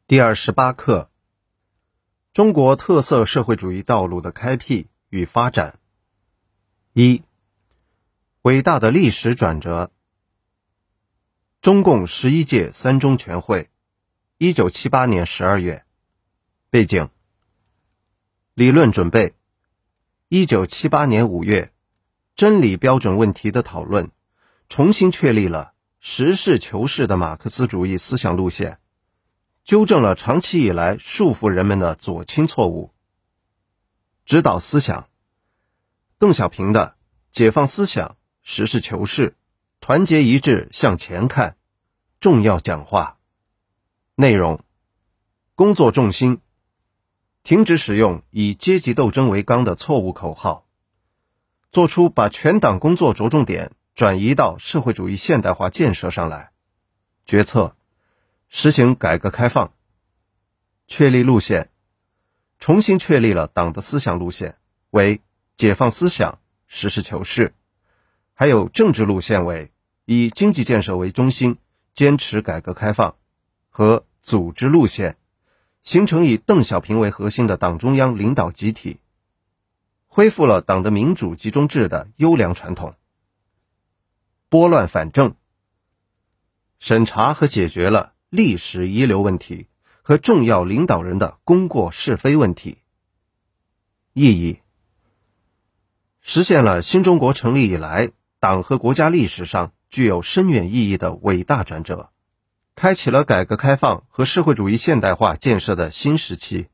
第28课：中国特色社会主义道路的开辟与发展。一、伟大的历史转折。中共11届三中全会1978年12月。背景：理论准备。1978年5月，真理标准问题的讨论重新确立了实事求是的马克思主义思想路线，纠正了长期以来束缚人们的左倾错误。指导思想：邓小平的解放思想、实事求是、团结一致向前看重要讲话。内容：工作重心：停止使用以阶级斗争为纲的错误口号，做出把全党工作着重点转移到社会主义现代化建设上来。决策：实行改革开放。确立路线：重新确立了党的思想路线为解放思想、实事求是，还有政治路线为以经济建设为中心，坚持改革开放，和组织路线形成以邓小平为核心的党中央领导集体，恢复了党的民主集中制的优良传统。拨乱反正：审查和解决了历史遗留问题和重要领导人的功过是非问题。意义：实现了新中国成立以来党和国家历史上具有深远意义的伟大转折，开启了改革开放和社会主义现代化建设的新时期。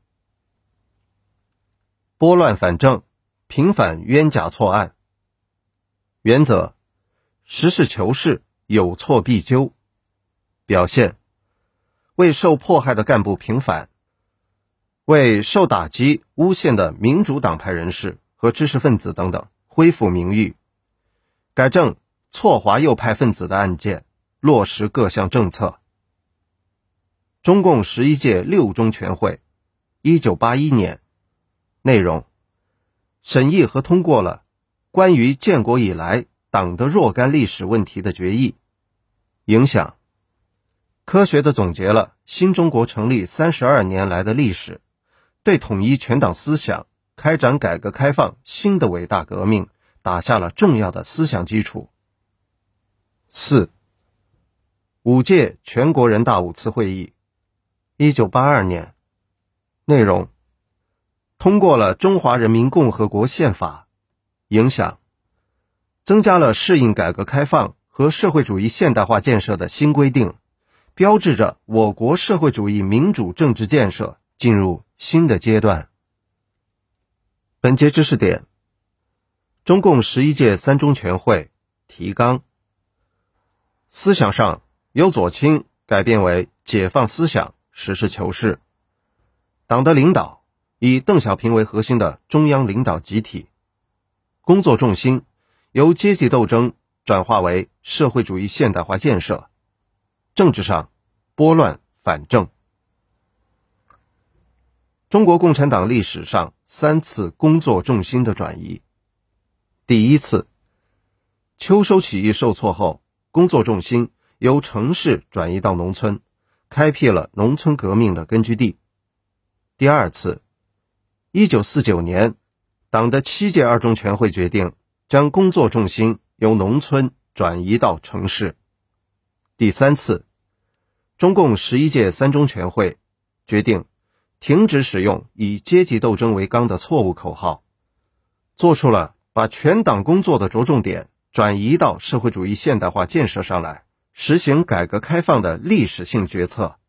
拨乱反正，平反冤假错案。原则：实事求是，有错必纠。表现：为受迫害的干部平反，为受打击诬陷的民主党派人士和知识分子等等恢复名誉，改正错华右派分子的案件，落实各项政策。中共11届六中全会1981年。内容：审议和通过了关于建国以来党的若干历史问题的决议。影响：科学地总结了新中国成立32年来的历史，对统一全党思想、开展改革开放新的伟大革命打下了重要的思想基础。4. 5届全国人大5次会议1982年。内容：通过了中华人民共和国宪法。影响：增加了适应改革开放和社会主义现代化建设的新规定，标志着我国社会主义民主政治建设进入新的阶段。本节知识点：中共11届三中全会提纲。思想上由左倾改变为解放思想、实事求是。党的领导以邓小平为核心的中央领导集体。工作重心由阶级斗争转化为社会主义现代化建设。政治上拨乱反正。中国共产党历史上3次工作重心的转移。第一次，秋收起义受挫后，工作重心由城市转移到农村，开辟了农村革命的根据地。第二次，1949年，党的7届二中全会决定将工作重心由农村转移到城市。第三次，中共11届三中全会决定停止使用以阶级斗争为纲的错误口号，做出了把全党工作的着重点转移到社会主义现代化建设上来，实行改革开放的历史性决策。